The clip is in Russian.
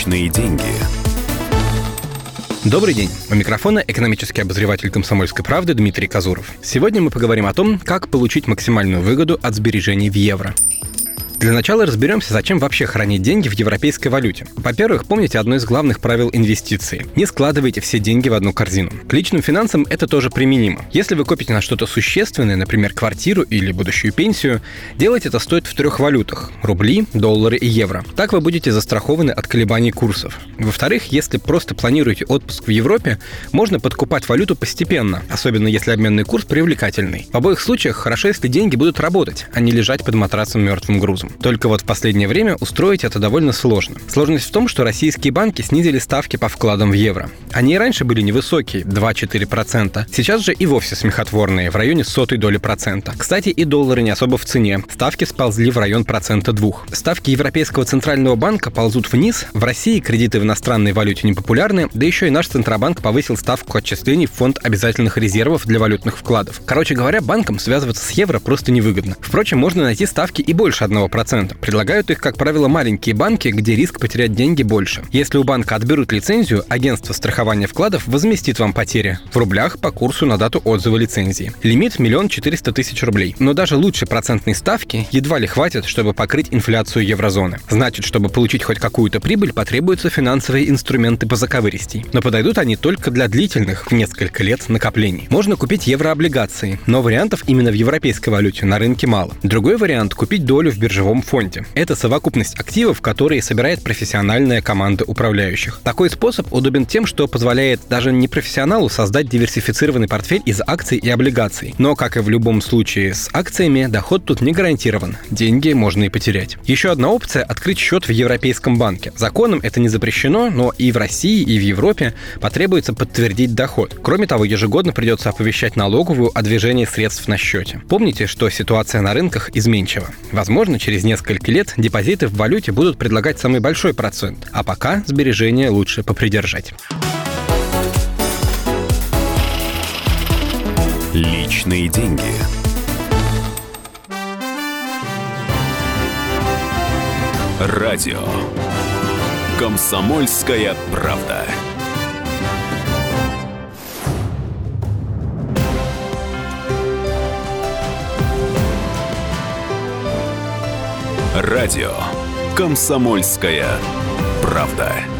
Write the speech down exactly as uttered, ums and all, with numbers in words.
Личные деньги. Добрый день. У микрофона экономический обозреватель «Комсомольской правды» Дмитрий Казуров. Сегодня мы поговорим о том, как получить максимальную выгоду от сбережений в евро. Для начала разберемся, зачем вообще хранить деньги в европейской валюте. Во-первых, помните одно из главных правил инвестиций. Не складывайте все деньги в одну корзину. К личным финансам это тоже применимо. Если вы копите на что-то существенное, например, квартиру или будущую пенсию, делать это стоит в трех валютах – рубли, доллары и евро. Так вы будете застрахованы от колебаний курсов. Во-вторых, если просто планируете отпуск в Европе, можно подкупать валюту постепенно, особенно если обменный курс привлекательный. В обоих случаях хорошо, если деньги будут работать, а не лежать под матрасом мертвым грузом. Только вот в последнее время устроить это довольно сложно. Сложность в том, что российские банки снизили ставки по вкладам в евро. Они и раньше были невысокие – два-четыре процента. Сейчас же и вовсе смехотворные – в районе сотой доли процента. Кстати, и доллары не особо в цене. Ставки сползли в район процента двух. Ставки Европейского центрального банка ползут вниз. В России кредиты в иностранной валюте непопулярны, да еще и наш Центробанк повысил ставку отчислений в фонд обязательных резервов для валютных вкладов. Короче говоря, банкам связываться с евро просто невыгодно. Впрочем, можно найти ставки и больше одного процента. Предлагают их, как правило, маленькие банки, где риск потерять деньги больше. Если у банка отберут лицензию, агентство страхования вкладов возместит вам потери в рублях по курсу на дату отзыва лицензии. Лимит миллион четыреста тысяч рублей. Но даже лучше процентной ставки едва ли хватит, чтобы покрыть инфляцию еврозоны. Значит, чтобы получить хоть какую-то прибыль, потребуются финансовые инструменты позаковыристей. Но подойдут они только для длительных, в несколько лет, накоплений. Можно купить еврооблигации, но вариантов именно в европейской валюте на рынке мало. Другой вариант – купить долю в биржевом фонде. Это совокупность активов, которые собирает профессиональная команда управляющих. Такой способ удобен тем, что позволяет даже непрофессионалу создать диверсифицированный портфель из акций и облигаций. Но, как и в любом случае с акциями, доход тут не гарантирован. Деньги можно и потерять. Еще одна опция – открыть счет в Европейском банке. Законом это не запрещено, но и в России, и в Европе потребуется подтвердить доход. Кроме того, ежегодно придется оповещать налоговую о движении средств на счете. Помните, что ситуация на рынках изменчива. Возможно, через несколько лет депозиты в валюте будут предлагать самый большой процент, а пока сбережения лучше попридержать. Личные деньги. Радио «Комсомольская правда». Радио «Комсомольская правда».